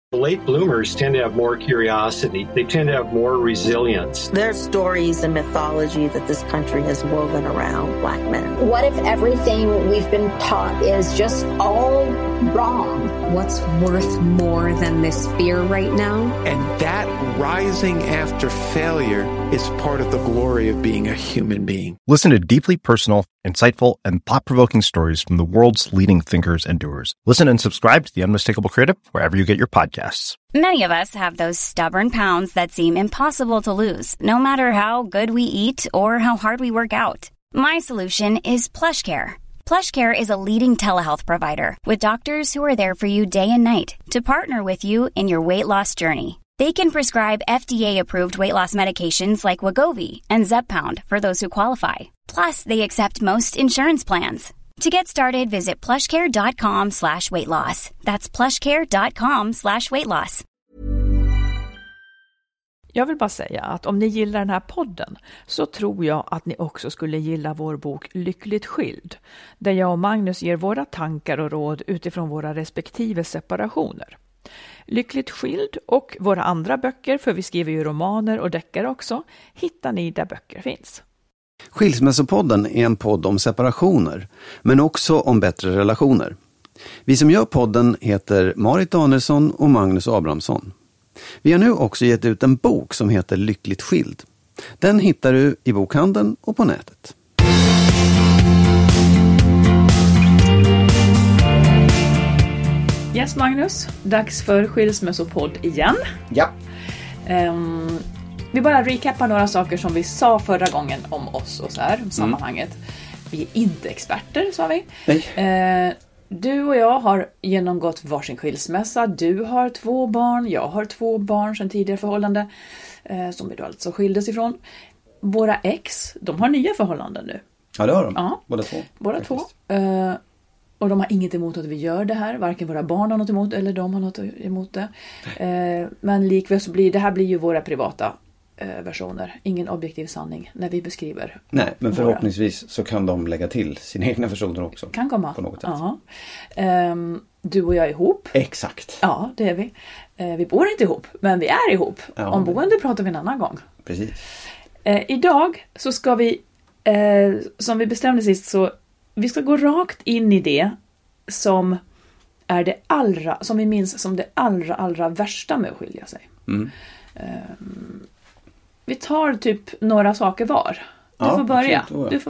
Late bloomers tend to have more curiosity. They tend to have more resilience. There are stories and mythology that this country has woven around Black men. What if everything we've been taught is just all wrong? What's worth more than this fear right now? And that rising after failure is part of the glory of being a human being. Listen to deeply personal, insightful, and thought-provoking stories from the world's leading thinkers and doers. Listen and subscribe to The Unmistakable Creative wherever you get your podcasts. Many of us have those stubborn pounds that seem impossible to lose, no matter how good we eat or how hard we work out. My solution is PlushCare. PlushCare is a leading telehealth provider with doctors who are there for you day and night to partner with you in your weight loss journey. They can prescribe FDA-approved weight loss medications like Wegovy and Zepbound for those who qualify. Plus, they accept most insurance plans. To get started, visit plushcare.com/weightloss. That's plushcare.com/weightloss. Jag vill bara säga att om ni gillar den här podden så tror jag att ni också skulle gilla vår bok Lyckligt skild, där jag och Magnus ger våra tankar och råd utifrån våra respektive separationer. Lyckligt skild och våra andra böcker, för vi skriver ju romaner och deckare också, hittar ni där böcker finns. Skilsmässopodden är en podd om separationer, men också om bättre relationer. Vi som gör podden heter Marit Danielsson och Magnus Abrahamsson. Vi har nu också gett ut en bok som heter Lyckligt skild. Den hittar du i bokhandeln och på nätet. Yes, Magnus, dags för skilsmässopodd igen. Ja. Vi bara recappar några saker som vi sa förra gången om oss och så här, om sammanhanget. Vi är inte experter, sa vi. Nej. Du och jag har genomgått varsin skilsmässa. Du har 2 barn, jag har 2 barn sedan tidigare förhållande. Som vi då alltså skildes ifrån. Våra ex, de har nya förhållanden nu. Ja, det har de. Ja. Båda två. Och de har inget emot att vi gör det här. Varken våra barn har något emot eller de har något emot det. Men likväl så blir det här blir ju våra privata versioner. Ingen objektiv sanning när vi beskriver. Nej, men förhoppningsvis så kan de lägga till sina egna versioner också. Kan komma. På något sätt. Du och jag är ihop. Exakt. Ja, det är vi. Vi bor inte ihop, men vi är ihop. Ja, om boende pratar vi en annan gång. Precis. Idag så ska vi, som vi bestämde sist, så vi ska gå rakt in i det som är det allra, som vi minns som det allra värsta med att skilja sig. Vi tar typ några saker var. Du får börja.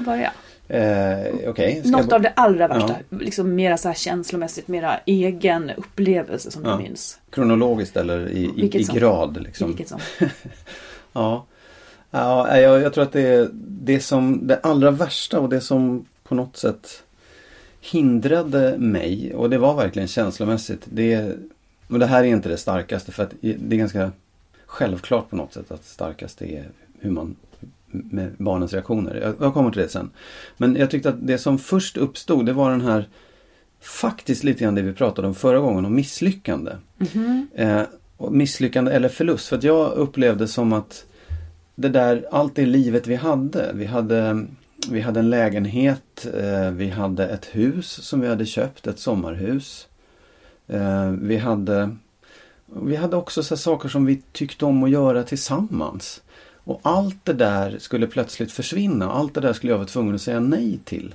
Okay. Något av det allra värsta. Ja. Liksom mera så här känslomässigt, mera egen upplevelse som du minns. Kronologiskt eller i grad. Liksom. Vilket som. Ja, jag tror att det som det allra värsta och det som på något sätt hindrade mig, och det var verkligen känslomässigt, och det här är inte det starkaste, för att det är ganska självklart på något sätt att det starkaste är hur man med barnens reaktioner. Jag kommer till det sen. Men jag tyckte att det som först uppstod, det var den här, faktiskt lite grann det vi pratade om förra gången, om misslyckande. Och misslyckande eller förlust. För att jag upplevde som att det där, allt det livet vi hade en lägenhet, vi hade ett hus som vi hade köpt, ett sommarhus. Vi hade också så saker som vi tyckte om att göra tillsammans. Och allt det där skulle plötsligt försvinna. Allt det där skulle jag vara tvungen att säga nej till.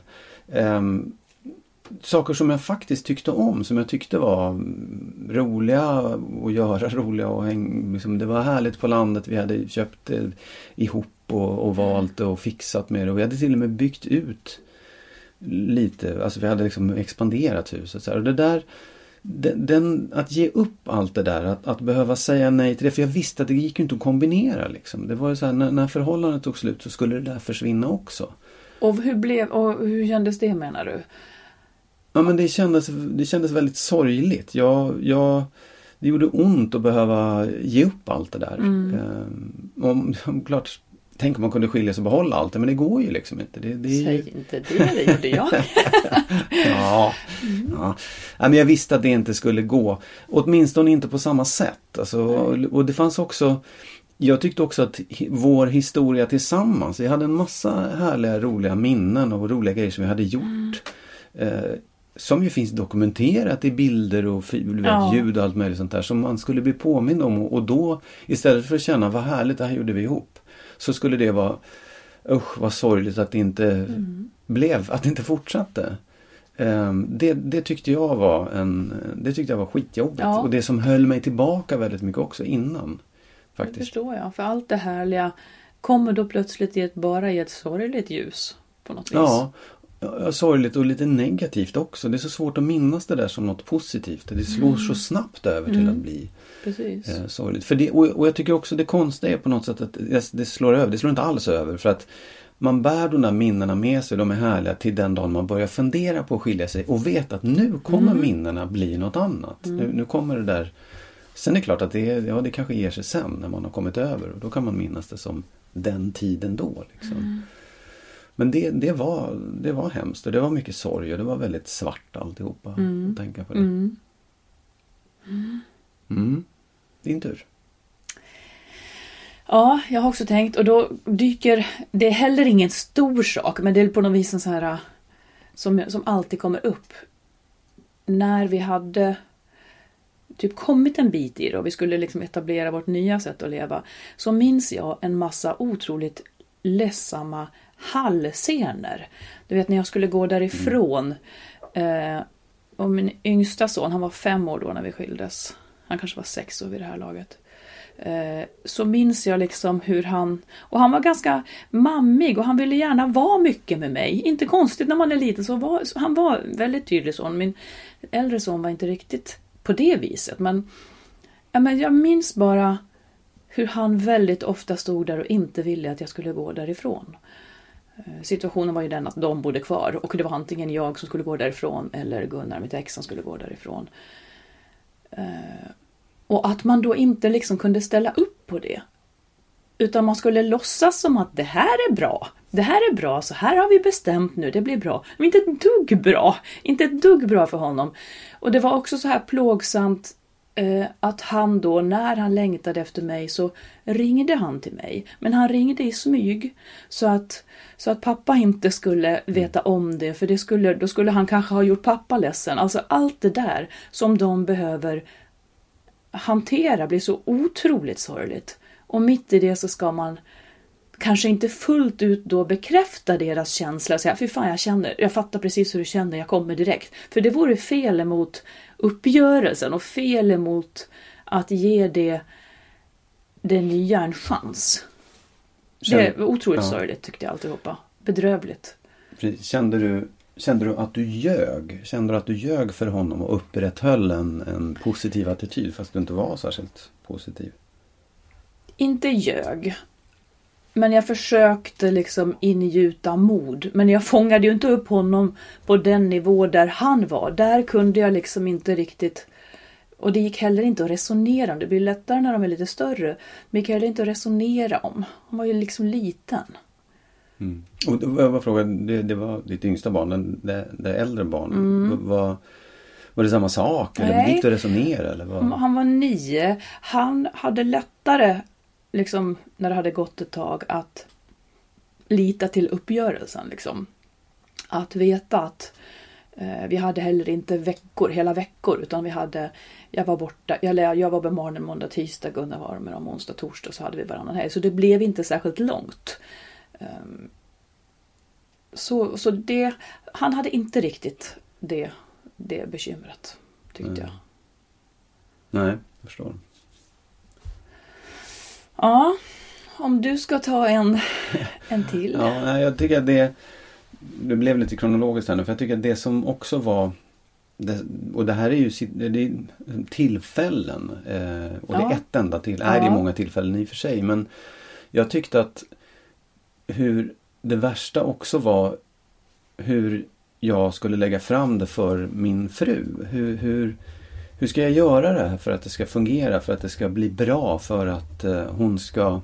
Saker som jag faktiskt tyckte om, som jag tyckte var roliga att göra, roliga och liksom, det var härligt på landet. Vi hade köpt ihop och valt och fixat med det. Och vi hade till och med byggt ut lite. Alltså vi hade liksom expanderat huset. Så här. Och det där, att ge upp allt det där, att behöva säga nej till det, för jag visste att det gick inte att kombinera liksom. Det var ju så här, när förhållandet tog slut så skulle det där försvinna också. Och hur kändes det, menar du? Ja, men det kändes väldigt sorgligt. Det gjorde ont att behöva ge upp allt det där. Klart, tänk om man kunde skilja sig och behålla allt det, men det går ju liksom inte. Säg inte det gjorde jag. Ja. Men jag visste att det inte skulle gå. Åtminstone inte på samma sätt. Alltså, och det fanns också, jag tyckte också att vår historia tillsammans, vi hade en massa härliga, roliga minnen och roliga grejer som vi hade gjort. som ju finns dokumenterat i bilder och ljud och allt möjligt sånt där som man skulle bli påmind om. Och då istället för att känna vad härligt det här gjorde vi ihop, så skulle det vara vad sorgligt att det inte blev, att det inte fortsatte. Det tyckte jag var skitjobbigt. Ja. Och det som höll mig tillbaka väldigt mycket också innan. Faktiskt. Det förstår jag. För allt det härliga kommer då plötsligt bara i ett sorgligt ljus på något vis. Ja, sorgligt och lite negativt också. Det är så svårt att minnas det där som något positivt. Det slår så snabbt över till att bli sorgligt. För det, och jag tycker också det konstiga är på något sätt att det slår över. Det slår inte alls över, för att man bär de där minnena med sig, de är härliga, till den dagen man börjar fundera på att skilja sig och vet att nu kommer minnena bli något annat. Nu kommer det där. Sen är det klart att det kanske ger sig sen när man har kommit över, och då kan man minnas det som den tiden då liksom. Men det var hemskt, och det var mycket sorg, och det var väldigt svart alltihopa att tänka på det. Din tur. Ja, jag har också tänkt, och då dyker, det är heller ingen stor sak, men det är på något vis en så här som alltid kommer upp. När vi hade typ kommit en bit i det och vi skulle liksom etablera vårt nya sätt att leva, så minns jag en massa otroligt ledsamma hallscener. Du vet, när jag skulle gå därifrån och min yngsta son, han var 5 år då när vi skildes. Han kanske var 6 år vid det här laget. Så minns jag liksom hur han var ganska mammig och han ville gärna vara mycket med mig. Inte konstigt när man är liten, så han var väldigt tydlig son. Min äldre son var inte riktigt på det viset, men jag minns bara hur han väldigt ofta stod där och inte ville att jag skulle gå därifrån. Situationen var ju den att de bodde kvar, och det var antingen jag som skulle gå därifrån eller Gunnar, mitt ex, som skulle gå därifrån. Och att man då inte liksom kunde ställa upp på det. Utan man skulle låtsas som att det här är bra. Det här är bra, så här har vi bestämt nu, det blir bra. Men inte ett dugg bra. Inte ett dugg bra för honom. Och det var också så här plågsamt att han då, när han längtade efter mig, så ringde han till mig. Men han ringde i smyg, så att pappa inte skulle veta om det. För då skulle han kanske ha gjort pappa ledsen. Alltså allt det där som de behöver hantera blir så otroligt sorgligt. Och mitt i det så ska man kanske inte fullt ut då bekräfta deras känsla och säga, fy fan, jag fattar precis hur du känner, jag kommer direkt. För det vore fel emot uppgörelsen och fel emot att ge det nya en chans. Det är otroligt sorgligt, tyckte jag alltihopa. Bedrövligt. Kände du att du ljög? Kände du att du ljög för honom och upprätthöll en positiv attityd fast du inte var särskilt positiv? Inte ljög. Men jag försökte liksom ingjuta mod. Men jag fångade ju inte upp honom på den nivå där han var. Där kunde jag liksom inte riktigt. Och det gick heller inte att resonera om. Det blir lättare när de är lite större. Men det gick heller inte att resonera om. Han var ju liksom liten. Och jag var frågan, det var ditt yngsta barn, det äldre barn. Var det samma sak? Eller gick det att resonera? Eller vad? Han var 9. Han hade lättare, liksom, när det hade gått ett tag, att lita till uppgörelsen. Liksom. Att veta att vi hade heller inte hela veckor, utan jag var borta, jag var med barnen måndag, tisdag, Gunnar var med dem onsdag, torsdag, så hade vi varannan helg. Så det blev inte särskilt långt. Så det, han hade inte riktigt det bekymret, tyckte jag. Nej, jag förstår. Ja, om du ska ta en till. Ja, jag tycker att det blev lite kronologiskt här nu, för jag tycker att det som också var och det här är ju det är tillfällen och det är ett enda till. Det är många tillfällen i och för sig, men jag tyckte att hur det värsta också var hur jag skulle lägga fram det för min fru. Hur ska jag göra det här för att det ska fungera, för att det ska bli bra, för att hon ska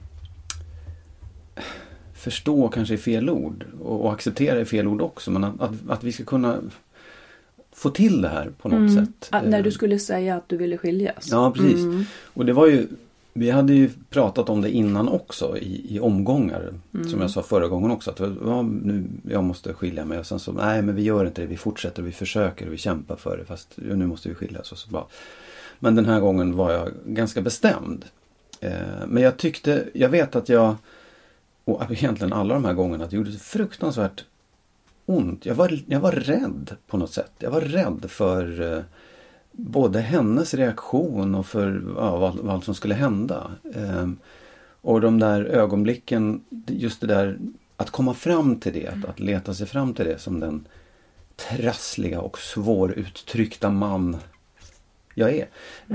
förstå kanske fel ord och acceptera fel ord också, men att vi ska kunna få till det här på något sätt. När du skulle säga att du ville skiljas. Ja, precis. Och det var ju Vi hade ju pratat om det innan också i omgångar. Som jag sa förra gången också. Att nu, jag måste skilja mig. Och sen så, nej men vi gör inte det. Vi fortsätter, vi försöker och vi kämpar för det. Fast nu måste vi skiljas. Och så bara. Men den här gången var jag ganska bestämd. Men jag vet att jag, och egentligen alla de här gångerna, att det gjorde fruktansvärt ont. Jag var rädd på något sätt. Jag var rädd för både hennes reaktion och för vad som skulle hända. Och de där ögonblicken, just det där att komma fram till det, att leta sig fram till det som den trassliga och svåruttryckta man jag är.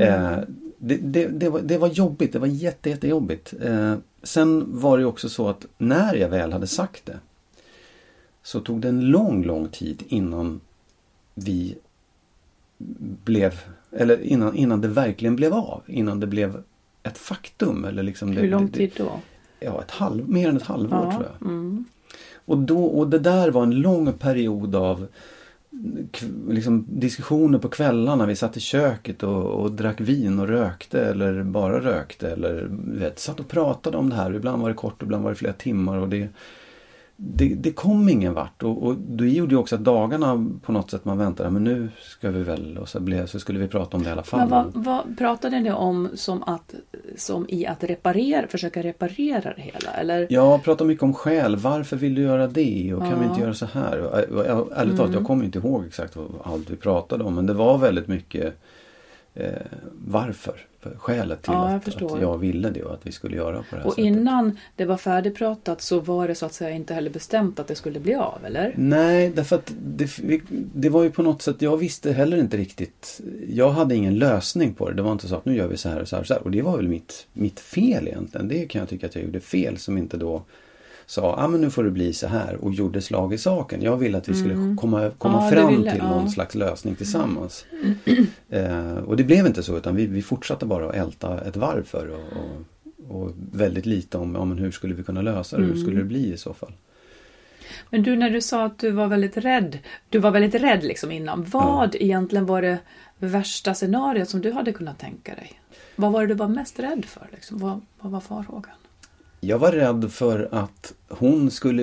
Det var jobbigt, det var jättejobbigt. Sen var det också så att när jag väl hade sagt det så tog det en lång tid innan vi blev, eller innan det verkligen blev av, innan det blev ett faktum. Eller liksom hur lång tid då? Ja, mer än ett halvår tror jag. Och det där var en lång period av liksom diskussioner på kvällarna. Vi satt i köket och drack vin och rökte eller bara rökte eller satt och pratade om det här. Ibland var det kort, ibland var det flera timmar och det kom ingen vart. Och det gjorde ju också att dagarna på något sätt man väntade, men nu ska vi väl, och så skulle vi prata om det i alla fall. Men vad pratade ni om som i att försöka reparera det hela? Eller? Jag pratade mycket om skäl. Varför vill du göra det? Och kan vi inte göra så här? Och ärligt talat, jag kommer inte ihåg exakt allt vi pratade om, men det var väldigt mycket varför. Skälet till att jag ville det och att vi skulle göra på det här och sättet. Och innan det var färdigpratat så var det så att säga inte heller bestämt att det skulle bli av, eller? Nej, därför att det var ju på något sätt, jag visste heller inte riktigt, jag hade ingen lösning på det. Det var inte så att nu gör vi så här och så här och så här. Och det var väl mitt fel egentligen. Det kan jag tycka att jag gjorde fel som inte då sa, men nu får det bli så här och gjorde slag i saken. Jag ville att vi skulle komma fram till någon slags lösning tillsammans. Och det blev inte så, utan vi fortsatte bara att älta ett varv för och väldigt lite om hur skulle vi kunna lösa det, hur skulle det bli i så fall. Men du, när du sa att du var väldigt rädd liksom innan, vad egentligen var det värsta scenariot som du hade kunnat tänka dig? Vad var det du var mest rädd för liksom? Vad var farhågan? Jag var rädd för att hon skulle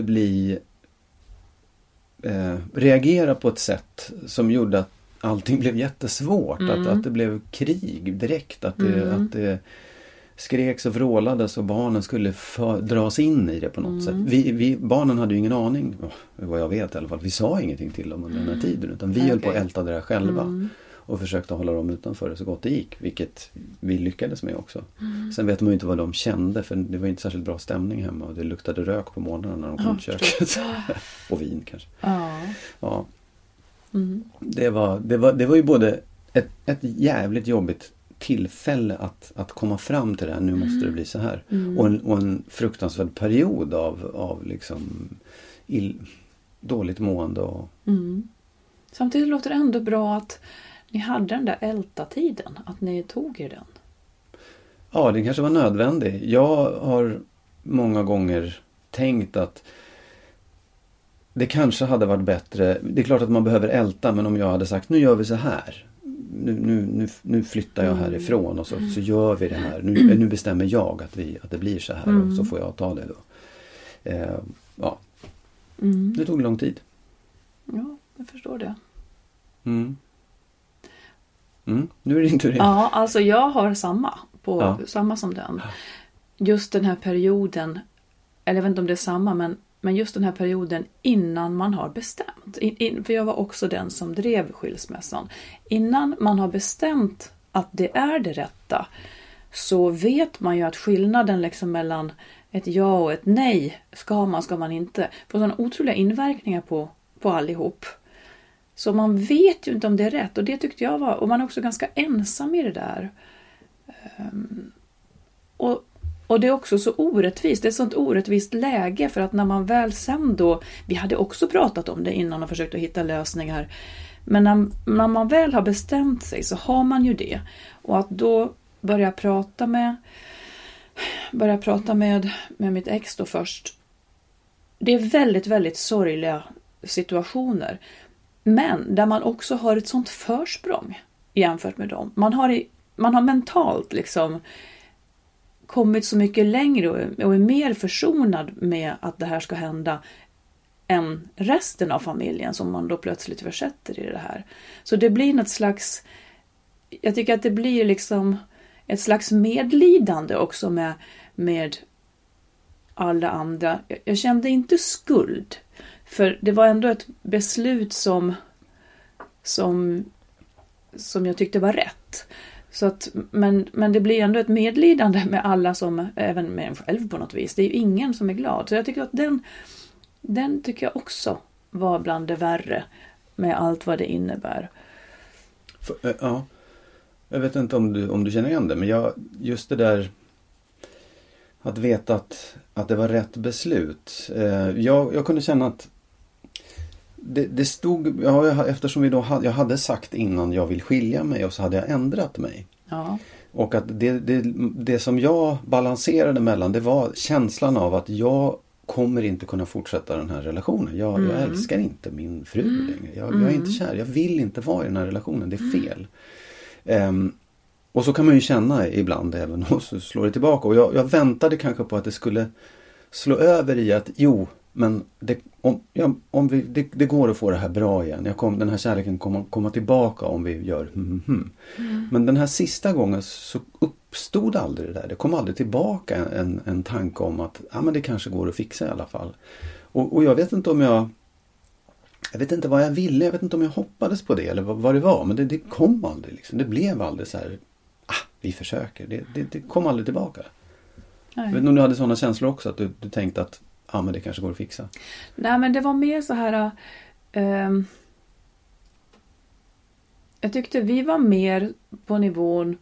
reagera på ett sätt som gjorde att allting blev jättesvårt. Att det blev krig direkt. Att det skreks och vrålades och barnen skulle dras in i det på något sätt. Barnen hade ju ingen aning, vad jag vet i alla fall. Vi sa ingenting till dem under den här tiden. Utan vi höll på att älta det där själva. Och försökte hålla dem utanför det så gott det gick. Vilket vi lyckades med också. Sen vet man ju inte vad de kände. För det var inte särskilt bra stämning hemma. Och det luktade rök på morgonen när de kom till köket. Och vin kanske. Ja. Det var ju både ett jävligt jobbigt tillfälle att komma fram till det här. Nu måste det bli så här. Och en fruktansvärd period av liksom dåligt mående. Och... Samtidigt låter det ändå bra att ni hade den där älta-tiden. Att ni tog er den. Ja, det kanske var nödvändigt. Jag har många gånger tänkt att det kanske hade varit bättre. Det är klart att man behöver älta, men om jag hade sagt nu gör vi så här. Nu flyttar jag härifrån och så gör vi det här. Nu bestämmer jag att det blir så här och så får jag ta det då. Det tog lång tid. Ja, jag förstår det. Nu är det inte det. Ja, alltså jag har samma som den. Just den här perioden, eller jag vet inte om det är samma, men just den här perioden innan man har bestämt. För jag var också den som drev skilsmässan. Innan man har bestämt att det är det rätta, så vet man ju att skillnaden liksom mellan ett ja och ett nej, ska man inte, får sådana otroliga inverkningar på allihop. Så man vet ju inte om det är rätt. Och det tyckte jag var, och man är också ganska ensam i det där. Och det är också så orättvist. Det är ett sånt orättvist läge. För att när man väl sen då, vi hade också pratat om det innan och försökt att hitta lösningar. Men när man väl har bestämt sig så har man ju det. Och att då börja prata med mitt ex då först. Det är väldigt, väldigt sorgliga situationer. Men där man också har ett sånt försprång jämfört med dem. Man har mentalt liksom kommit så mycket längre och är mer försonad med att det här ska hända än resten av familjen som man då plötsligt försätter i det här. Så det blir något slags, jag tycker att det blir liksom ett slags medlidande också med alla andra. Jag kände inte skuld, för det var ändå ett beslut som jag tyckte var rätt. Så att, men det blir ändå ett medlidande med alla, som även med en själv på något vis. Det är ju ingen som är glad. Så jag tycker att den tycker jag också var bland det värre med allt vad det innebär. Ja, jag vet inte om du känner igen det, men just det där att veta att det var rätt beslut. Jag kunde känna att det stod, eftersom jag hade sagt innan jag vill skilja mig, och så hade jag ändrat mig. Ja. Och att det som jag balanserade mellan, det var känslan av att jag kommer inte kunna fortsätta den här relationen. Jag älskar inte min fru längre. Jag är inte kär. Jag vill inte vara i den här relationen. Det är fel. Och så kan man ju känna ibland även, och så slår det tillbaka. Och jag väntade kanske på att det skulle slå över i att men det går att få det här bra igen. Den här kärleken kommer komma tillbaka om vi gör Men den här sista gången så uppstod aldrig det där. Det kom aldrig tillbaka en tanke om att men det kanske går att fixa i alla fall. Och jag vet inte om jag vet inte vad jag ville. Jag vet inte om jag hoppades på det eller vad det var. Men det kom aldrig. Liksom. Det blev aldrig så här, vi försöker. Det kom aldrig tillbaka. Nej. Jag vet inte om du hade sådana känslor också. Att du tänkte att men det kanske går att fixa. Nej, men det var mer så här. Jag tyckte vi var mer på nivån.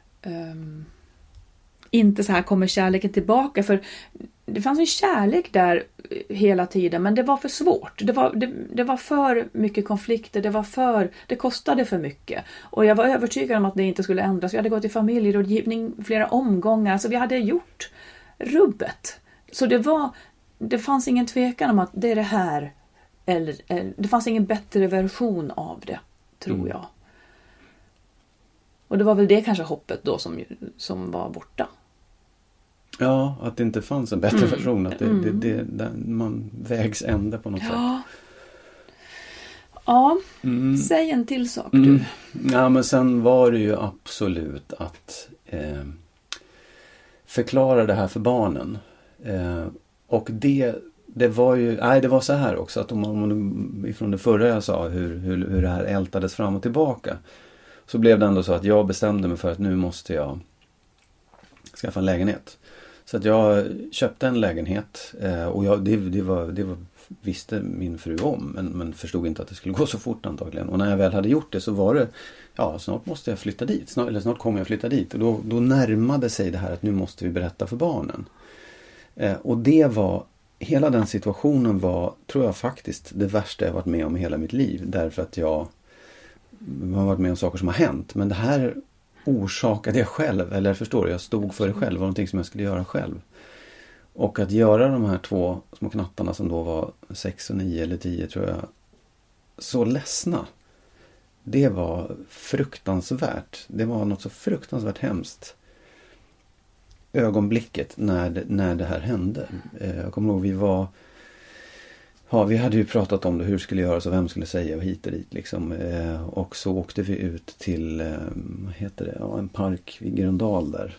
Inte så här kommer kärleken tillbaka. För det fanns en kärlek där hela tiden. Men det var för svårt. Det var för mycket konflikter. Det kostade för mycket. Och jag var övertygad om att det inte skulle ändras. Vi hade gått i familjerådgivning flera omgångar. Alltså vi hade gjort rubbet. Så det fanns ingen tvekan om att det är det här. Eller det fanns ingen bättre version av det, tror jag. Och det var väl det kanske hoppet då som var borta. Ja, att det inte fanns en bättre version. Att man vägs ända på något sätt. Ja, säg en till sak du. Ja, men sen var det ju absolut att förklara det här för barnen. Och det var ju, det var så här också, att om ifrån det förra jag sa hur det här ältades fram och tillbaka, så blev det ändå så att jag bestämde mig för att nu måste jag skaffa en lägenhet. Så att jag köpte en lägenhet, och det visste min fru om, men förstod inte att det skulle gå så fort antagligen. Och när jag väl hade gjort det så var det, snart måste jag flytta dit, snart kommer jag flytta dit. Och då närmade sig det här att nu måste vi berätta för barnen. Och det var, hela den situationen var, tror jag faktiskt, det värsta jag varit med om i hela mitt liv. Därför att jag har varit med om saker som har hänt. Men det här orsakade jag själv, eller förstår du, jag stod för det själv. Det var någonting som jag skulle göra själv. Och att göra de här 2 små knattarna som då var 6 och 9 eller 10 tror jag, så ledsna. Det var fruktansvärt. Det var något så fruktansvärt hemskt. Ögonblicket när det här hände. Jag kommer ihåg vi hade ju pratat om det, hur skulle göras och vem skulle säga och hit och dit liksom. Och så åkte vi ut till en park vid Gröndal där.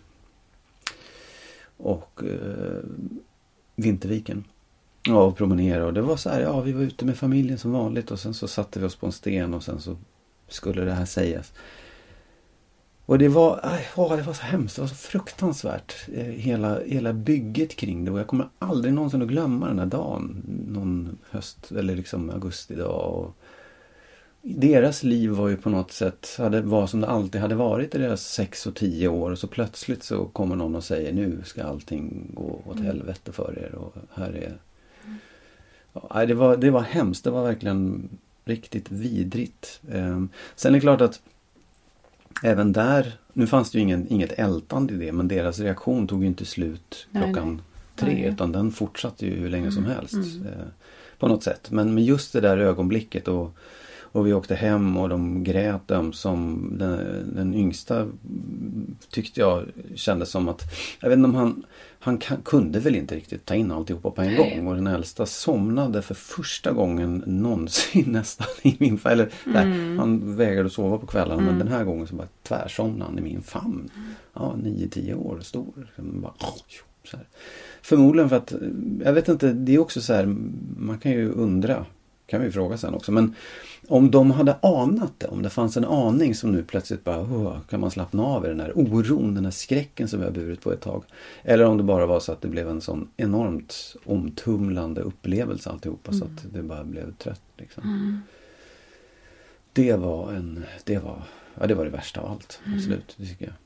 Och Vinterviken. Och promenerade, och det var så här, vi var ute med familjen som vanligt, och sen så satte vi oss på en sten och sen så skulle det här sägas. Och det var så hemskt, det var så fruktansvärt, hela bygget kring det. Och jag kommer aldrig någonsin att glömma den här dagen, någon höst eller liksom augustidag. Och deras liv var ju på något sätt, var som det alltid hade varit i deras 6 och 10 år. Och så plötsligt så kommer någon och säger, nu ska allting gå åt helvete för er. Och här är... det var hemskt, det var verkligen riktigt vidrigt. Sen är det klart att även där, nu fanns det ju inget ältande i det, men deras reaktion tog ju inte slut klockan 3, utan den fortsatte ju hur länge som helst på något sätt. Men just det där ögonblicket och Och vi åkte hem och de grät som den yngsta tyckte jag kändes som att, jag vet inte om han kunde väl inte riktigt ta in alltihopa på en gång. Och den äldsta somnade för första gången någonsin nästan i min famn. Eller han vägrade sova på kvällarna. Men den här gången så bara tvärsomnade han i min famn. Ja, 9-10 år stor. Bara, så här. Förmodligen för att, jag vet inte, det är också så här, man kan ju undra, kan vi fråga sen också, men om de hade anat det, om det fanns en aning som nu plötsligt bara, kan man slappna av i den här oron, den här skräcken som vi har burit på ett tag. Eller om det bara var så att det blev en sån enormt omtumlande upplevelse alltihopa så att det bara blev trött liksom. Det var det värsta av allt, absolut, det tycker jag.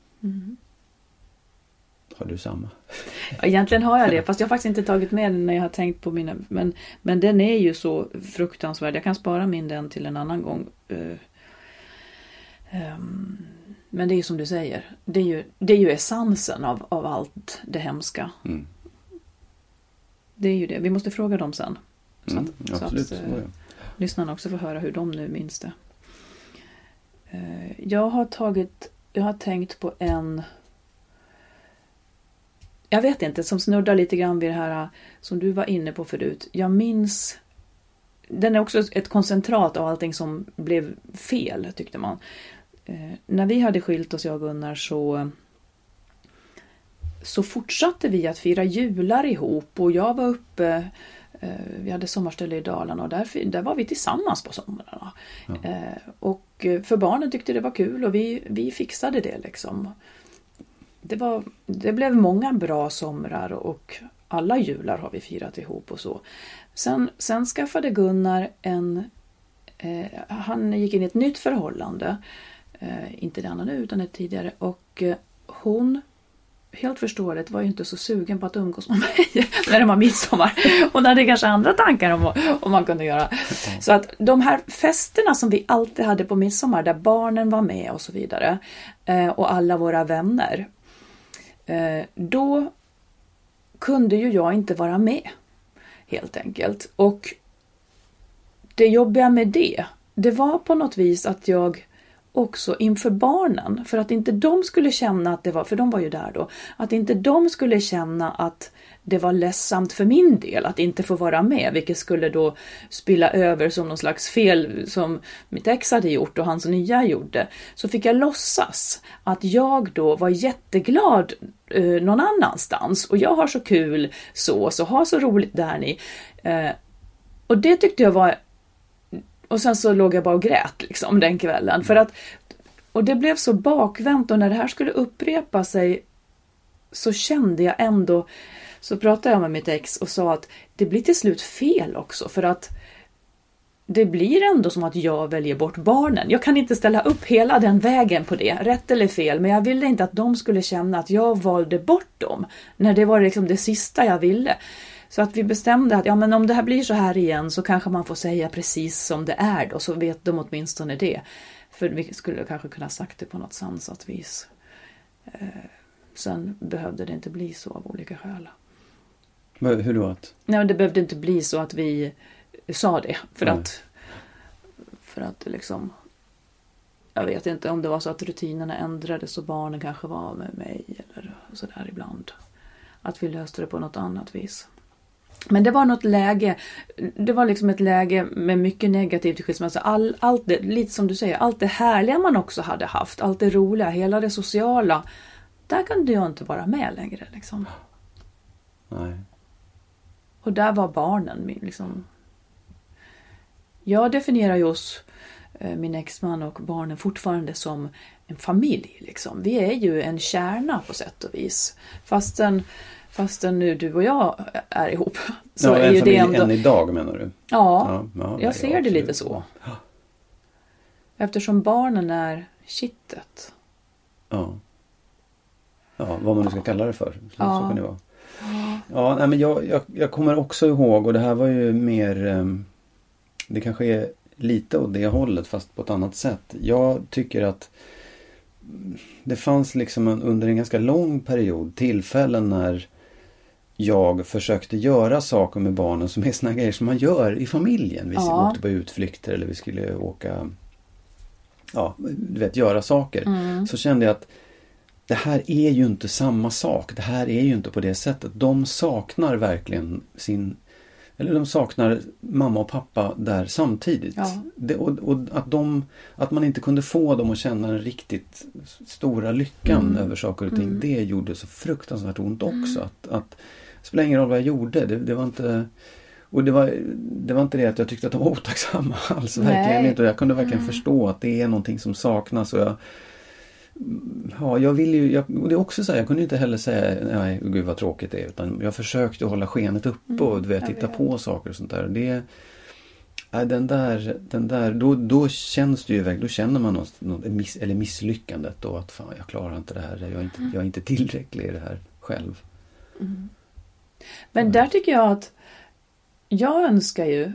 Har du samma? Ja, egentligen har jag det, fast jag har faktiskt inte tagit med den när jag har tänkt på mina. Men den är ju så fruktansvärd. Jag kan spara den till en annan gång. Men det är ju som du säger. Det är ju essensen av allt det hemska. Det är ju det. Vi måste fråga dem sen. Så att lyssnarna också får höra hur de nu minns det. Jag har tänkt på en... Jag vet inte, som snuddar lite grann vid det här som du var inne på förut. Jag minns, den är också ett koncentrat av allting som blev fel, tyckte man. När vi hade skilt oss, jag och Gunnar, så fortsatte vi att fira jular ihop. Och jag var uppe, vi hade sommarställe i Dalarna och där var vi tillsammans på somrarna. Ja. Och för barnen tyckte det var kul och vi fixade det liksom. Det blev många bra somrar och alla jular har vi firat ihop och så. Sen skaffade Gunnar han gick in i ett nytt förhållande. Inte det han nu utan ett tidigare. Och hon, helt förståeligt, var ju inte så sugen på att umgås med mig när det var midsommar. Hon hade kanske andra tankar om man kunde göra. Så att de här festerna som vi alltid hade på midsommar, där barnen var med och så vidare. Och alla våra vänner. Då kunde ju jag inte vara med, helt enkelt. Och det jobbiga med det var på något vis att jag också inför barnen, för att inte de skulle känna att det var, för de var ju där då, att inte de skulle känna att det var ledsamt för min del att inte få vara med, vilket skulle då spilla över som någon slags fel som mitt ex hade gjort och hans nya gjorde. Så fick jag låtsas att jag då var jätteglad någon annanstans och jag har så kul så har så roligt där ni. Och det tyckte jag var, och sen så låg jag bara och grät liksom den kvällen, för att, och det blev så bakvänt, och när det här skulle upprepa sig så kände jag ändå, så pratade jag med mitt ex och sa att det blir till slut fel också, för att det blir ändå som att jag väljer bort barnen. Jag kan inte ställa upp hela den vägen på det, rätt eller fel, men jag ville inte att de skulle känna att jag valde bort dem, när det var liksom det sista jag ville. Så att vi bestämde att men om det här blir så här igen så kanske man får säga precis som det är då, så vet de åtminstone det. För vi skulle kanske kunna sagt det på något sansat vis. Sen behövde det inte bli så av olika skäl. Hur då? Nej, det behövde inte bli så att vi sa det. För att liksom, jag vet inte om det var så att rutinerna ändrades och barnen kanske var med mig eller sådär ibland. Att vi löste det på något annat vis. Men det var något läge, det var liksom ett läge med mycket negativt i skilsmässa. Allt det, lite som du säger, allt det härliga man också hade haft, allt det roliga, hela det sociala, där kunde jag inte vara med längre liksom. Nej. Och där var barnen liksom. Jag definierar ju oss, min exman och barnen, fortfarande som en familj liksom. Vi är ju en kärna på sätt och vis. Fastän nu du och jag är ihop. Så är ju det ändå... än idag menar du? Ja, jag ser det lite så. Eftersom barnen är kittet. Ja, vad man nu ska kalla det för. Så kan det vara. Ja, nej, men jag kommer också ihåg, och det här var ju mer... Det kanske är lite åt det hållet fast på ett annat sätt. Jag tycker att det fanns liksom under en ganska lång period tillfällen när jag försökte göra saker med barnen som är såna grejer som man gör i familjen. Vi åkte på utflykter eller vi skulle åka, göra saker. Så kände jag att det här är ju inte samma sak. Det här är ju inte på det sättet. De saknar verkligen de saknar mamma och pappa där samtidigt. Ja. Och att man inte kunde få dem att känna den riktigt stora lyckan över saker och ting. Det gjorde så fruktansvärt ont också. Att det spelar ingen roll vad jag gjorde. Det var inte... Och det var inte det att jag tyckte att de var otacksamma alls. Verkligen inte. Och jag kunde verkligen förstå att det är någonting som saknas. Och jag vill ju... och det är också så här, jag kunde inte heller säga nej, gud vad tråkigt det är. Utan jag försökte hålla skenet uppe och titta på saker och sånt där. Det... Den där då känns det ju iväg. Då känner man eller misslyckandet då. Att fan, jag klarar inte det här. Jag är inte tillräcklig i det här själv. Men där tycker jag att jag önskar ju,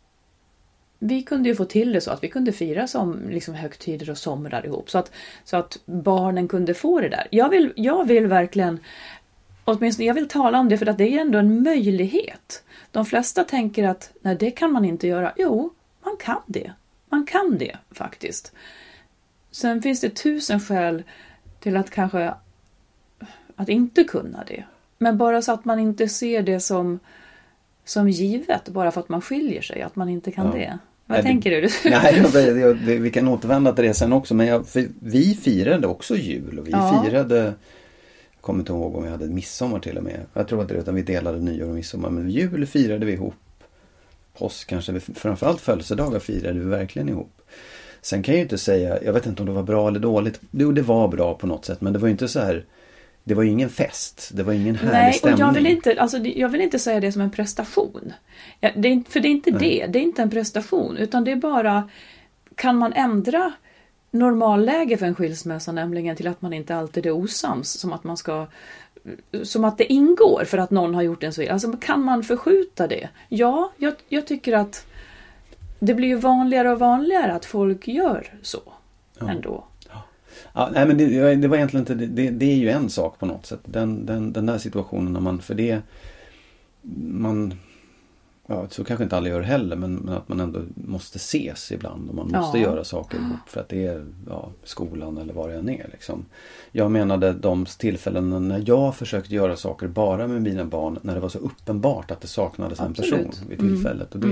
vi kunde ju få till det så att vi kunde fira som liksom högtider och somrar ihop. Så att barnen kunde få det där. Jag vill verkligen, åtminstone jag vill tala om det, för att det är ändå en möjlighet. De flesta tänker att nej, det kan man inte göra. Jo, man kan det. Man kan det faktiskt. Sen finns det 1000 skäl till att kanske att inte kunna det. Men bara så att man inte ser det som givet, bara för att man skiljer sig, att man inte kan det. Vad tänker du? Nej, vi kan återvända till det sen också, men vi firade också jul och vi firade, jag kommer inte ihåg om vi hade midsommar till och med. Jag tror inte det, utan vi delade nyår och midsommar, men jul firade vi ihop. Påsk kanske, framförallt födelsedagar firade vi verkligen ihop. Sen kan jag ju inte säga, jag vet inte om det var bra eller dåligt. Jo, det var bra på något sätt, men det var ju inte så här. Det var ingen fest. Det var ingen härlig stämning. Och jag vill inte säga det som en prestation. För det är inte det. Det är inte en prestation. Utan det är bara, kan man ändra normalläge för en skilsmässa, nämligen till att man inte alltid är osams. Som att det ingår för att någon har gjort en så. Alltså kan man förskjuta det? Ja, jag tycker att det blir ju vanligare och vanligare att folk gör så ändå. Ja, nej, men det var egentligen inte det är ju en sak på något sätt. Den där situationen när man, för det så kanske inte alla gör heller, men att man ändå måste ses ibland och man måste göra saker ihop för att det är skolan eller vad det än är liksom. Jag menade de tillfällen när jag försökte göra saker bara med mina barn, när det var så uppenbart att det saknades en person vid tillfället, och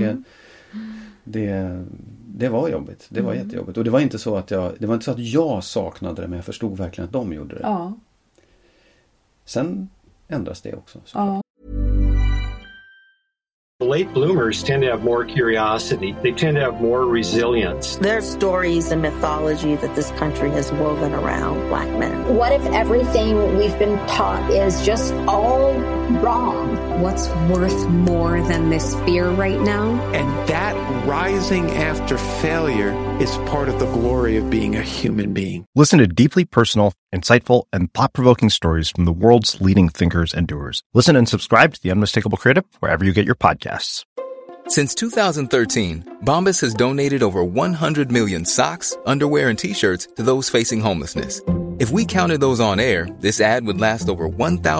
det var jobbigt. Det var jättejobbigt. Och det var inte så att jag saknade det, men jag förstod verkligen att de gjorde det. Ja. Sen ändras det också. Ja. Late bloomers tend to have more curiosity. They tend to have more resilience. There are stories and mythology that this country has woven around Black men. What if everything we've been taught is just all wrong? What's worth more than this fear right now? And that rising after failure is part of the glory of being a human being. Listen to deeply personal, insightful, and thought-provoking stories from the world's leading thinkers and doers. Listen and subscribe to The Unmistakable Creative wherever you get your podcasts. Since 2013, Bombas has donated over 100 million socks, underwear, and T-shirts to those facing homelessness. If we counted those on air, this ad would last over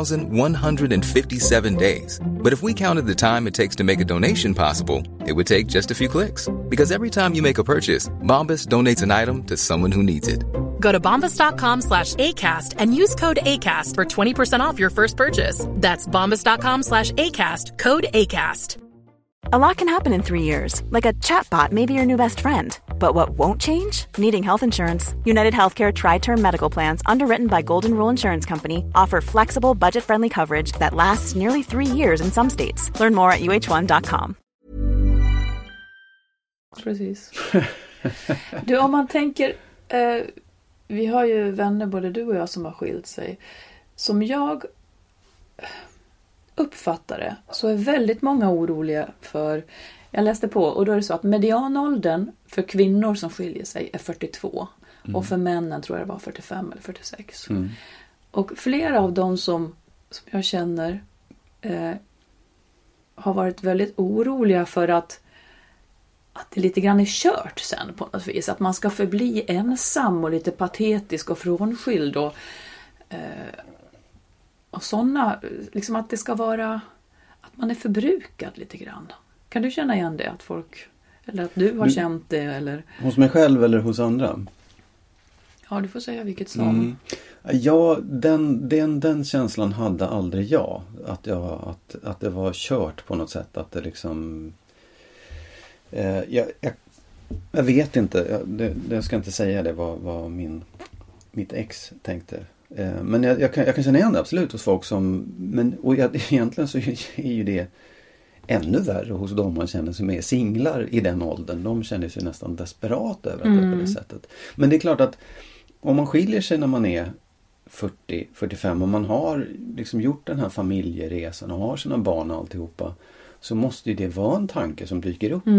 1,157 days. But if we counted the time it takes to make a donation possible, it would take just a few clicks. Because every time you make a purchase, Bombas donates an item to someone who needs it. Go to bombas.com/ACAST and use code ACAST for 20% off your first purchase. That's bombas.com/ACAST, code ACAST. A lot can happen in 3 years, like a chatbot may be your new best friend. But what won't change? Needing health insurance. United Healthcare Tri-Term Medical Plans, underwritten by Golden Rule Insurance Company, offer flexible, budget-friendly coverage that lasts nearly 3 years in some states. Learn more at uh1.com. Precis. Du, om man tänker... vi har ju vänner, både du och jag, som har skilt sig. Som jag uppfattar det, så är väldigt många oroliga för... Jag läste på, och då är det så att medianåldern för kvinnor som skiljer sig är 42. Och för männen tror jag det var 45 eller 46. Och flera av dem som jag känner har varit väldigt oroliga för att det lite grann är kört sen på något vis. Att man ska förbli ensam och lite patetisk och frånskild. Och sådana, liksom att det ska vara, att man är förbrukad lite grann. Kan du känna igen det? Att folk, eller att du har känt det? Eller? Hos mig själv eller hos andra? Ja, du får säga vilket som. Ja, den känslan hade aldrig jag. Att det var kört på något sätt. Att det liksom... Jag vet inte. Jag ska inte säga det vad mitt ex tänkte. Men jag kan känna igen det absolut hos folk som... egentligen så är ju det ännu värre hos dem man känner som är singlar i den åldern. De känner sig nästan desperat över att det är på det sättet. Men det är klart att om man skiljer sig när man är 40-45 och man har liksom gjort den här familjeresan och har sina barn och alltihopa, så måste ju det vara en tanke som dyker upp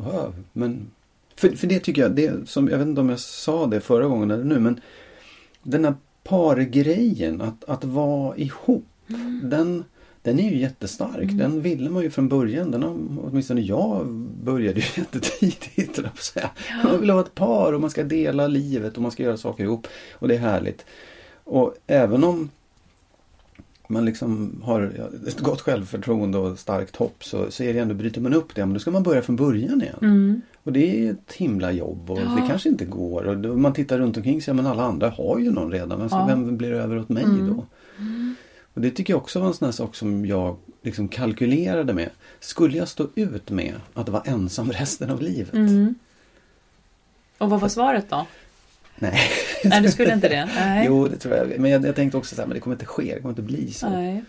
för det tycker jag, det som, jag vet inte om jag sa det förra gången eller nu, men den här pargrejen att vara ihop, den är ju jättestark. Den ville man ju från början. Åtminstone jag började ju jättetidigt. Man vill ha ett par och man ska dela livet och man ska göra saker ihop. Och det är härligt. Och även om man liksom har ett gott självförtroende och starkt hopp, så är det ändå, bryter man upp det. Men då ska man börja från början igen. Och det är ett himla jobb och det kanske inte går. Och då man tittar runt omkring sig, men alla andra har ju någon redan. Men vem blir över åt mig då? Och det tycker jag också var en sån här sak som jag liksom kalkylerade med. Skulle jag stå ut med att vara ensam resten av livet? Och vad var svaret då? Nej. Nej, du skulle inte det? Nej. Jo, det tror jag. Men jag tänkte också så här, men det kommer inte ske. Det kommer inte bli så. Nej.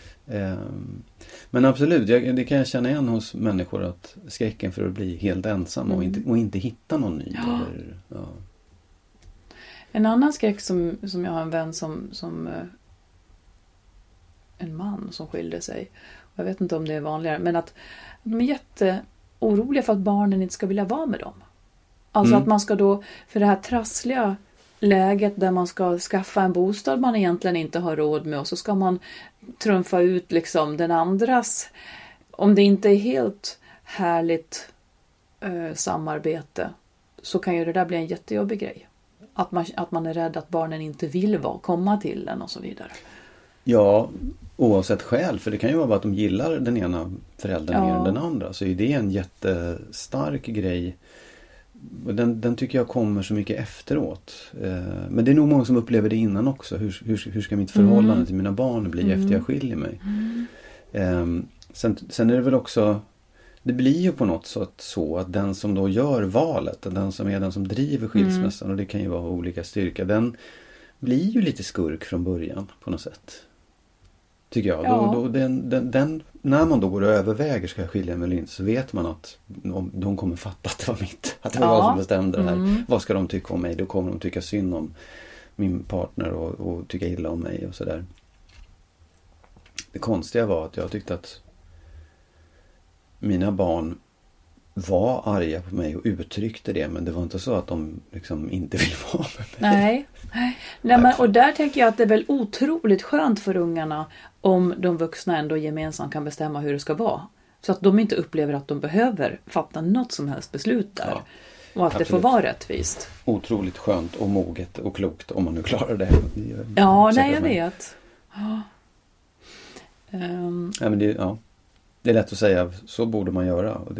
Men absolut, det kan jag känna igen hos människor, att skräcken för att bli helt ensam och inte hitta någon ny. Ja. Eller, En annan skräck som jag har en vän som en man som skilde sig. Jag vet inte om det är vanligare, men att de är jätteoroliga för att barnen inte ska vilja vara med dem. Alltså att man ska då, för det här trassliga läget där man ska skaffa en bostad man egentligen inte har råd med, och så ska man trumfa ut liksom den andras, om det inte är helt härligt samarbete, så kan ju det där bli en jättejobbig grej. Att man är rädd att barnen inte vill komma till en och så vidare. Ja, oavsett skäl, för det kan ju vara att de gillar den ena föräldern mer än den andra, så är det en jättestark grej. Den tycker jag kommer så mycket efteråt. Men det är nog många som upplever det innan också. Hur ska mitt förhållande till mina barn bli efter jag skiljer mig? Sen är det väl också, det blir ju på något sätt så att den som då gör valet, den som driver skilsmässan, och det kan ju vara olika styrka, den blir ju lite skurk från början på något sätt. Tycker jag. Ja. När man då går och överväger, ska jag skilja mig eller inte, så vet man att de kommer fatta att det var att det var jag som bestämde det här. Vad ska de tycka om mig? Då kommer de tycka synd om min partner och tycka illa om mig och sådär. Det konstiga var att jag tyckte att mina barn var arga på mig och uttryckte det, men det var inte så att de liksom inte ville vara med mig. Nej, men, och där tänker jag att det är väl otroligt skönt för ungarna om de vuxna ändå gemensamt kan bestämma hur det ska vara. Så att de inte upplever att de behöver fatta något som helst beslut där. Ja, och att absolut. Det får vara rättvist. Otroligt skönt och moget och klokt om man nu klarar det. Ja, nej, jag vet. Men det är lätt att säga, så borde man göra. Och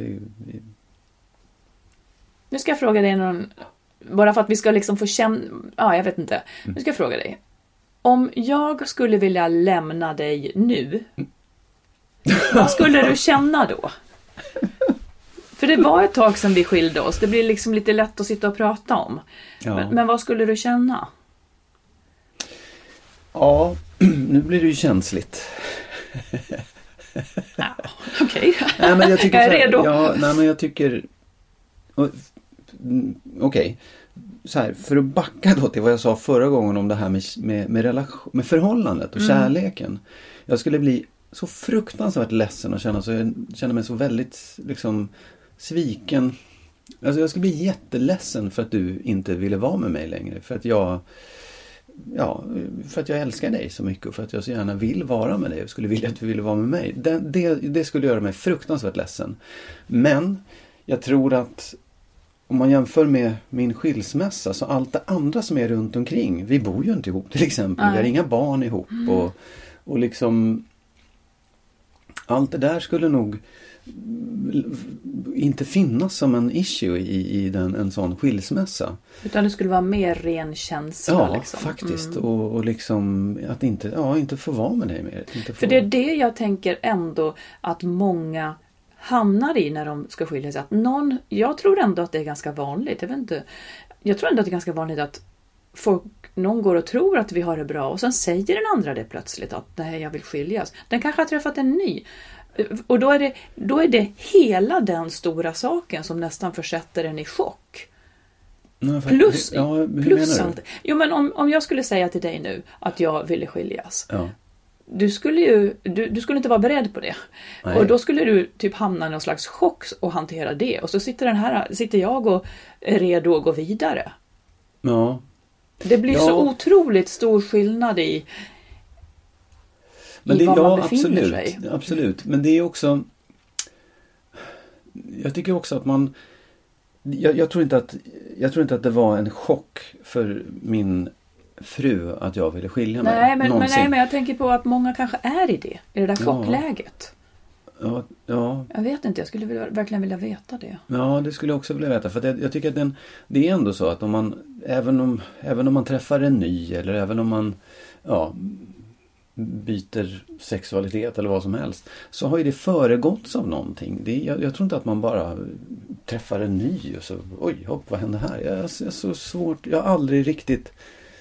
Nu ska jag fråga dig bara för att vi ska liksom få känna... Ja, jag vet inte. Nu ska jag fråga dig. Om jag skulle vilja lämna dig nu, vad skulle du känna då? För det var ett tag sedan vi skilde oss. Det blir liksom lite lätt att sitta och prata om. Ja. Men vad skulle du känna? Ja, nu blir det ju känsligt. Ja, okej. Nej, men jag är redo. Jag tycker... Okej. Så här, för att backa då till vad jag sa förra gången om det här med förhållandet och kärleken. Jag skulle bli så fruktansvärt ledsen och känna mig så väldigt liksom sviken. Alltså jag skulle bli jätteledsen för att du inte ville vara med mig längre. För att jag älskar dig så mycket och för att jag så gärna vill vara med dig och skulle vilja att du ville vara med mig. Det skulle göra mig fruktansvärt ledsen. Men jag tror att om man jämför med min skilsmässa, så allt det andra som är runt omkring, vi bor ju inte ihop till exempel, vi har inga barn ihop Och liksom allt det där skulle nog inte finnas som en issue i en sån skilsmässa. Utan det skulle vara mer ren känsla. Ja, liksom. faktiskt. Och liksom att inte få vara med dig mer. För det är det jag tänker ändå att många hamnar i när de ska skilja sig. Att jag tror ändå att det är ganska vanligt. Jag tror ändå att det är ganska vanligt att någon går och tror att vi har det bra och sen säger den andra det plötsligt att nej, jag vill skiljas. Den kanske har träffat en ny. Och då är det hela den stora saken som nästan försätter en i chock. Plus allt. Jo, men om jag skulle säga till dig nu att jag ville skiljas. Ja. Du skulle inte vara beredd på det. Nej. Och då skulle du typ hamna i någon slags chock och hantera det. Och så sitter jag och är redo att gå vidare. Ja. Det blir så otroligt stor skillnad i var man befinner sig. Absolut. Men det är också... Jag tycker också att man... Jag tror inte att det var en chock för min fru att jag ville skilja mig. Men jag tänker på att många kanske är i det där chockläget. Ja. Jag vet inte, jag skulle verkligen vilja veta det. Ja, det skulle jag också vilja veta. För jag tycker att det är ändå så att om man, även om man träffar en ny eller även om man byter sexualitet eller vad som helst, så har ju det föregåtts av någonting. Jag tror inte att man bara träffar en ny och så, vad hände här? Jag är så svårt, jag har aldrig riktigt...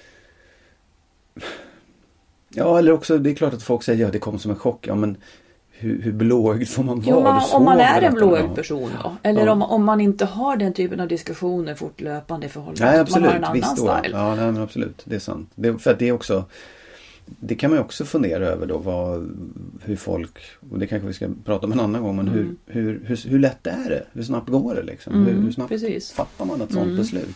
Ja, eller också, det är klart att folk säger det kom som en chock. Ja, men hur blåögd får man vara? Om man är en blåögd person då? Eller om man inte har den typen av diskussioner fortlöpande i förhållande. Nej, absolut. Man har en annan style. Ja, nej, men absolut. Det är sant. För att det är också... Det kan man ju också fundera över då. Hur folk... Och det kanske vi ska prata om en annan gång. Men hur lätt är det? Hur snabbt går det liksom? Hur snabbt fattar man ett sånt beslut?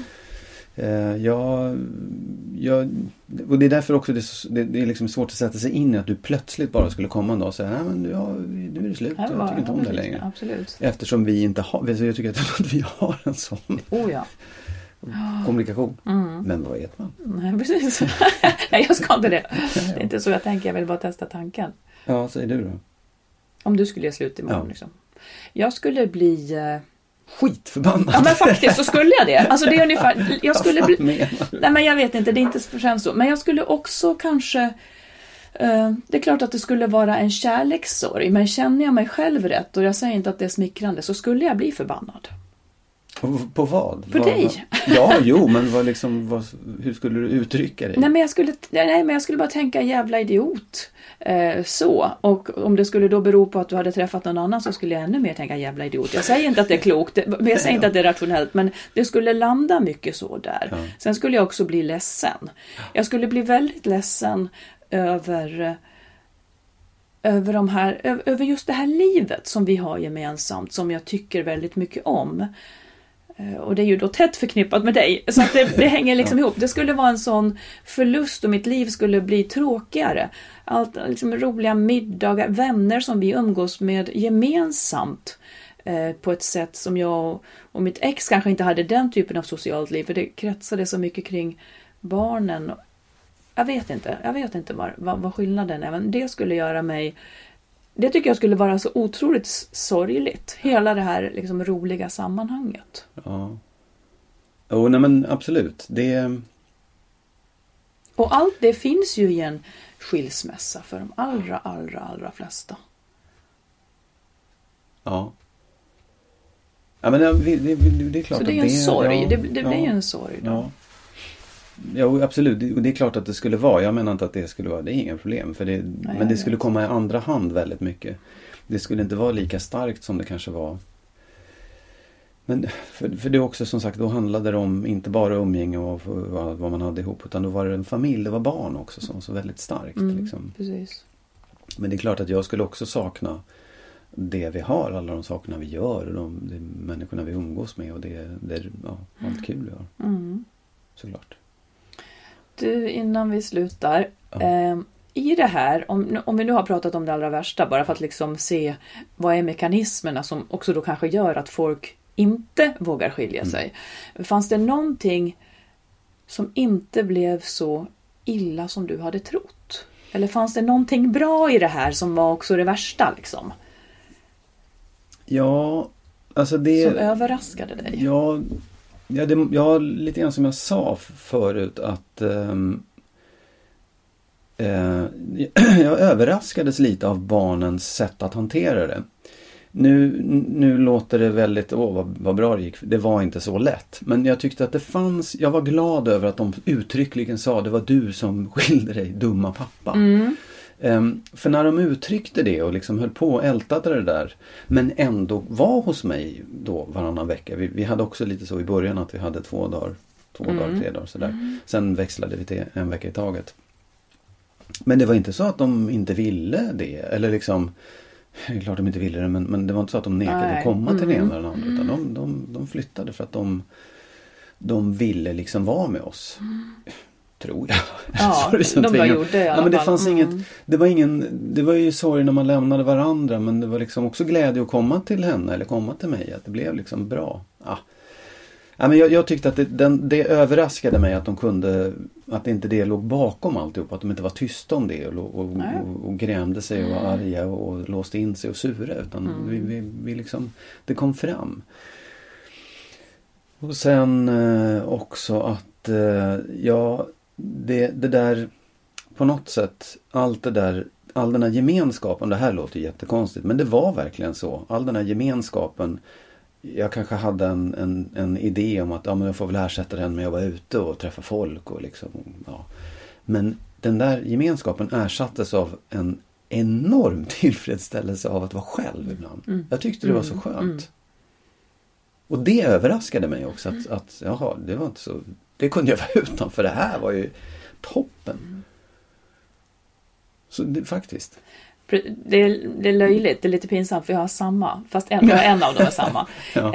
Och det är därför också det är liksom svårt att sätta sig in i att du plötsligt bara skulle komma en dag och säga nej men nu är det slut, jag tycker inte om det längre. Absolut. Eftersom vi inte har, jag tycker att vi har en sån kommunikation. Men vad vet man? Nej, precis. Nej, jag ska inte det. Det är inte så jag tänker, jag vill bara testa tanken. Ja, säger du då? Om du skulle göra slut imorgon liksom. Jag skulle bli... skitförbannad. Ja, men faktiskt så skulle jag det. Alltså det är ungefär... Jag skulle bli... Nej, men jag vet inte, det är inte för så. Men jag skulle också kanske... det är klart att det skulle vara en kärlekssorg. Men känner jag mig själv rätt, och jag säger inte att det är smickrande, så skulle jag bli förbannad. På vad? På dig. Ja, men hur skulle du uttrycka dig? Nej, men jag skulle bara tänka jävla idiot. Och om det skulle då bero på att du hade träffat någon annan, så skulle jag ännu mer tänka jävla idiot. Jag säger inte att det är klokt, jag säger inte att det är rationellt, men det skulle landa mycket så där. Ja. Sen skulle jag också bli ledsen. Jag skulle bli väldigt ledsen över just det här livet som vi har gemensamt, som jag tycker väldigt mycket om. Och det är ju då tätt förknippat med dig. Så att det hänger liksom ihop. Det skulle vara en sån förlust och mitt liv skulle bli tråkigare. Allt liksom roliga middagar, vänner som vi umgås med gemensamt. På ett sätt som jag och mitt ex kanske inte hade den typen av socialt liv. För det kretsade så mycket kring barnen. Jag vet inte vad skillnaden är. Men det skulle göra mig... Det tycker jag skulle vara så otroligt sorgligt. Hela det här liksom roliga sammanhanget. Ja. Nej men absolut. Och allt det finns ju i en skilsmässa för de allra flesta. Ja. Ja men det är klart så det är en sorg. Det blir ju en sorg då. Ja. Ja, absolut. Och det är klart att det skulle vara. Jag menar inte att det skulle vara. Det är inga problem. Men det skulle komma i andra hand väldigt mycket. Det skulle inte vara lika starkt som det kanske var. Men för det är också som sagt, då handlade det om inte bara umgänge och vad man hade ihop. Utan då var det en familj, det var barn också som var så väldigt starkt. Liksom. Precis. Men det är klart att jag skulle också sakna det vi har. Alla de sakerna vi gör. Och de människorna vi umgås med. Och det är allt kul vi har. Såklart. Du, innan vi slutar, i det här, om vi nu har pratat om det allra värsta, bara för att liksom se vad är mekanismerna som också då kanske gör att folk inte vågar skilja sig. Fanns det någonting som inte blev så illa som du hade trott? Eller fanns det någonting bra i det här som var också det värsta liksom? Ja, alltså det... Som överraskade dig? Ja, lite grann som jag sa förut att jag överraskades lite av barnens sätt att hantera det. Nu låter det väldigt, vad bra det gick. Det var inte så lätt. Men jag tyckte att det fanns, jag var glad över att de uttryckligen sa det var du som skilde dig, dumma pappa. För när de uttryckte det och liksom höll på och ältade det där, men ändå var hos mig då varannan vecka. Vi hade också lite så i början att vi hade 2 dagar, 3 dagar sådär. Sen växlade vi till 1 vecka i taget. Men det var inte så att de inte ville det. Eller liksom, det är klart de inte ville det, men det var inte så att de nekade att komma till det ena eller den andra. Utan de flyttade för att de ville liksom vara med oss. Tror jag. Ja, de var gjort det i alla men det fall. fanns inget, det var ju sorg när man lämnade varandra, men det var liksom också glädje att komma till henne eller komma till mig, att det blev liksom bra. Ja, men jag tyckte att det överraskade mig att de kunde, att inte det låg bakom alltihop, att de inte var tysta om det och grämde sig och var arga och låste in sig och sura, utan vi liksom, det kom fram. Och sen också att det där på något sätt, all den här gemenskapen, det här låter jättekonstigt, men det var verkligen så. All den här gemenskapen, jag kanske hade en idé om att men jag får väl ersätta den med att vara ute och träffa folk och liksom, ja. Men den där gemenskapen ersattes av en enorm tillfredsställelse av att vara själv ibland. Jag tyckte det var så skönt. Och det överraskade mig också att jaha, det var inte så, det kunde jag vara utan, för det här var ju toppen. Så det, faktiskt. Det är löjligt, det är lite pinsamt för jag har samma, fast en av dem är samma.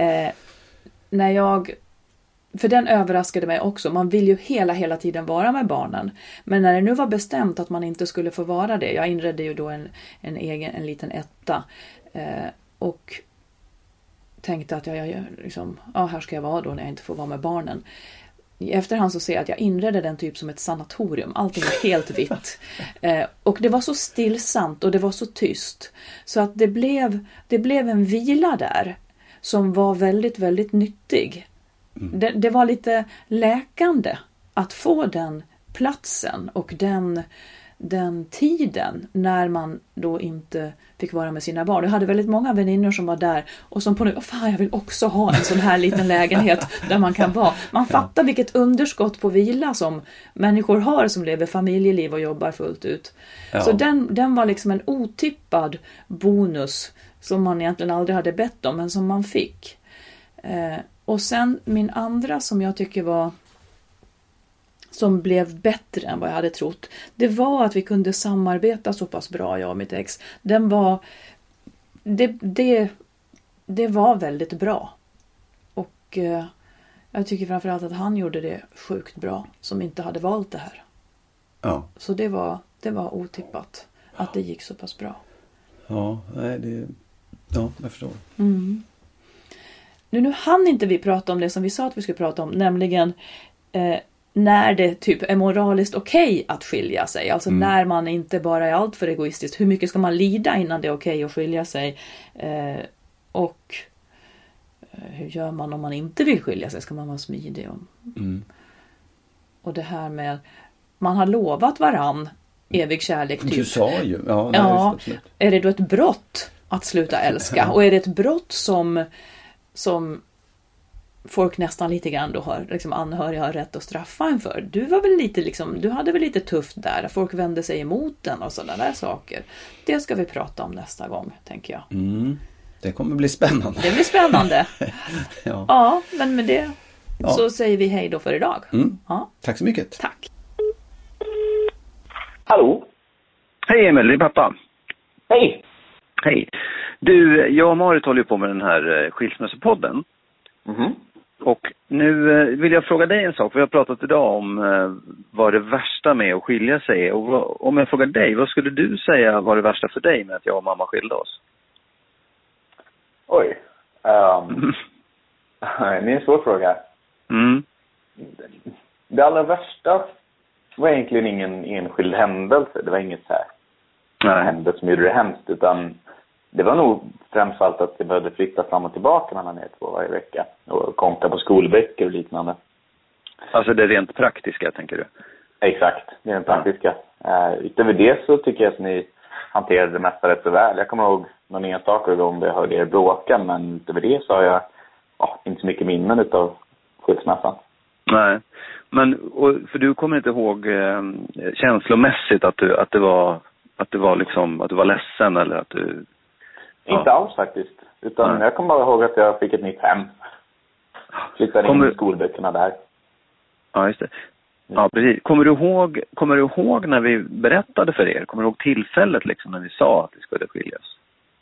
För den överraskade mig också. Man vill ju hela tiden vara med barnen. Men när det nu var bestämt att man inte skulle få vara det. Jag inredde ju då en liten etta. Och tänkte att jag liksom, här ska jag vara då när jag inte får vara med barnen. I efterhand så ser jag att jag inredde den typ som ett sanatorium. Allting var helt vitt. Och det var så stillsamt och det var så tyst. Så att det blev en vila där som var väldigt, väldigt nyttig. Det var lite läkande att få den platsen och den tiden när man då inte fick vara med sina barn. Jag hade väldigt många väninnor som var där och som på nu, jag vill också ha en sån här liten lägenhet där man kan vara. Man fattar vilket underskott på vila som människor har som lever familjeliv och jobbar fullt ut. Ja. Så den var liksom en otippad bonus som man egentligen aldrig hade bett om, men som man fick. Och sen min andra som jag tycker som blev bättre än vad jag hade trott. Det var att vi kunde samarbeta så pass bra, jag och mitt ex. Det var väldigt bra. Och jag tycker framförallt att han gjorde det sjukt bra som inte hade valt det här. Ja. Så det var otippat att det gick så pass bra. Ja, jag förstår. Nu hann inte vi prata om det som vi sa att vi skulle prata om, nämligen när det typ är moraliskt okej att skilja sig. Alltså när man inte bara är allt för egoistisk. Hur mycket ska man lida innan det är okej att skilja sig? Och hur gör man om man inte vill skilja sig? Ska man vara smidig? Och det här med man har lovat varann evig kärlek. Typ. Du sa ju. Är det då ett brott att sluta älska? Och är det ett brott som folk nästan lite grann då har, liksom anhöriga har rätt att straffa en för. Du var väl lite liksom, du hade väl lite tufft där. Folk vände sig emot den och sådana där saker. Det ska vi prata om nästa gång, tänker jag. Det kommer bli spännande. Det blir spännande. Ja, men med det så säger vi hej då för idag. Ja. Tack så mycket. Tack. Hallå? Hej Emil, det är pappa. Hej. Hej. Du, jag och Marit håller på med den här skilsmässopodden. Och nu vill jag fråga dig en sak. Vi har pratat idag om vad det värsta med att skilja sig är. Och om jag frågar dig, vad skulle du säga var det värsta för dig med att jag och mamma skilde oss? Oj. Det är en svår fråga. Det allra värsta var egentligen ingen enskild händelse. Det var inget så här händelse som gjorde det hemskt, utan det var nog främst allt att jag behövde flytta fram och tillbaka mellan er två varje vecka och konka på skolböcker och liknande. Alltså det rent praktiska, tänker du? Exakt, det är den praktiska. Utöver det så tycker jag att ni hanterade det mesta rätt så väl. Jag kommer ihåg någon enstaka gång där jag hörde er bråka, men utöver det så har jag inte så mycket minnen utav skilsmässan. Nej, men för du kommer inte ihåg känslomässigt att du var ledsen eller att du... Inte alls faktiskt, utan jag kommer bara ihåg att jag fick ett nytt hem. Flyttade in i skolböckerna där. Ja, just det. Ja, precis. Kommer du ihåg när vi berättade för er? Kommer du ihåg tillfället liksom när vi sa att vi skulle skiljas?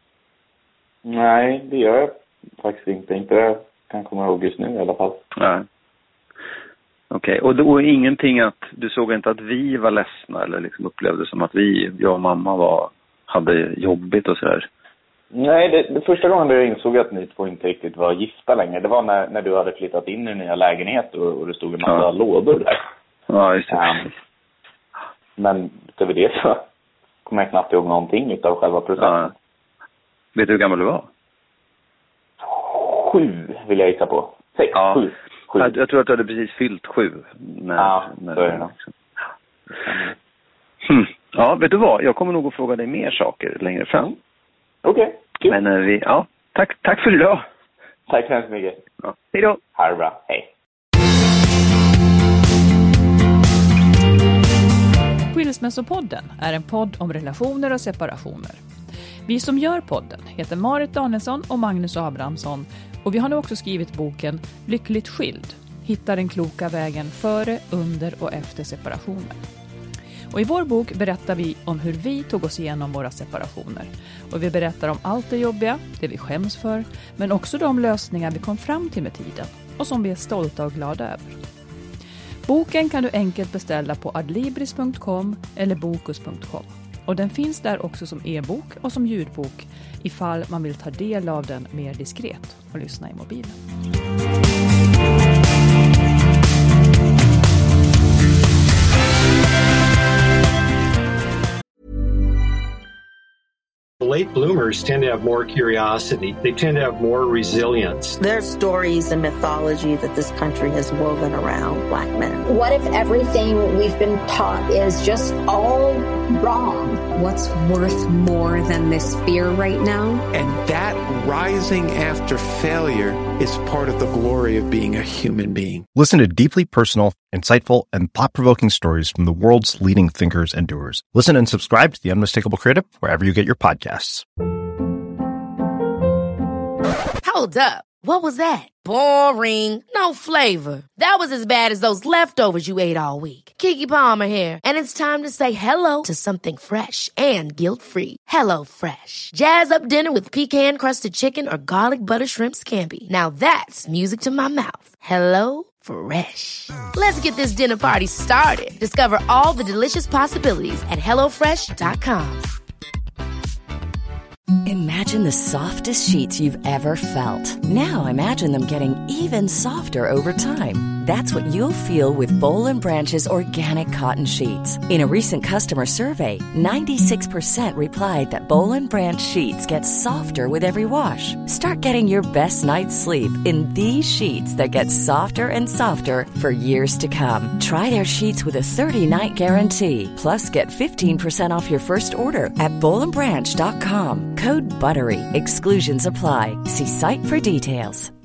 Nej, det gör jag faktiskt inte. Inte det jag kan komma ihåg just nu i alla fall. Nej. Okej, och då ingenting att du såg inte att vi var ledsna eller liksom upplevde som att jag och mamma hade jobbigt och sådär? Nej, det första gången jag insåg att ni två inte riktigt var gifta längre, det var när du hade flyttat in i nya lägenhet och det stod en massa lådor där. Ja, just det. Men utöver det så kommer jag knappt ihåg någonting utav själva processen. Ja. Vet du hur gammal du var? 7 vill jag gissa på. 6, 7. Jag tror att du hade precis fyllt 7. Så är det nog. Ja, vet du vad? Jag kommer nog att fråga dig mer saker längre fram. Okej. Men tack för idag. Tack så hemskt mycket. Ja. Hej då. Ha det bra. Hej. Skilsmässopodden är en podd om relationer och separationer. Vi som gör podden heter Marit Danielsson och Magnus Abrahamsson, och vi har nu också skrivit boken Lyckligt skild. Hitta den kloka vägen före, under och efter separationen. Och i vår bok berättar vi om hur vi tog oss igenom våra separationer. Och vi berättar om allt det jobbiga, det vi skäms för, men också de lösningar vi kom fram till med tiden och som vi är stolta och glada över. Boken kan du enkelt beställa på adlibris.com eller bokus.com. Och den finns där också som e-bok och som ljudbok ifall man vill ta del av den mer diskret och lyssna i mobilen. Late bloomers tend to have more curiosity. They tend to have more resilience. There are stories and mythology that this country has woven around Black men. What if everything we've been taught is just all wrong? What's worth more than this fear right now? And that rising after failure is part of the glory of being a human being. Listen to deeply personal, insightful, and thought-provoking stories from the world's leading thinkers and doers. Listen and subscribe to The Unmistakable Creative wherever you get your podcasts. Hold up. What was that? Boring. No flavor. That was as bad as those leftovers you ate all week. Keke Palmer here, and it's time to say hello to something fresh and guilt-free. Hello Fresh. Jazz up dinner with pecan-crusted chicken or garlic butter shrimp scampi. Now that's music to my mouth. Hello Fresh. Let's get this dinner party started. Discover all the delicious possibilities at hellofresh.com. Imagine the softest sheets you've ever felt. Now imagine them getting even softer over time. That's what you'll feel with Boll & Branch's organic cotton sheets. In a recent customer survey, 96% replied that Boll & Branch sheets get softer with every wash. Start getting your best night's sleep in these sheets that get softer and softer for years to come. Try their sheets with a 30-night guarantee. Plus, get 15% off your first order at bollandbranch.com. Code BUTTERY. Exclusions apply. See site for details.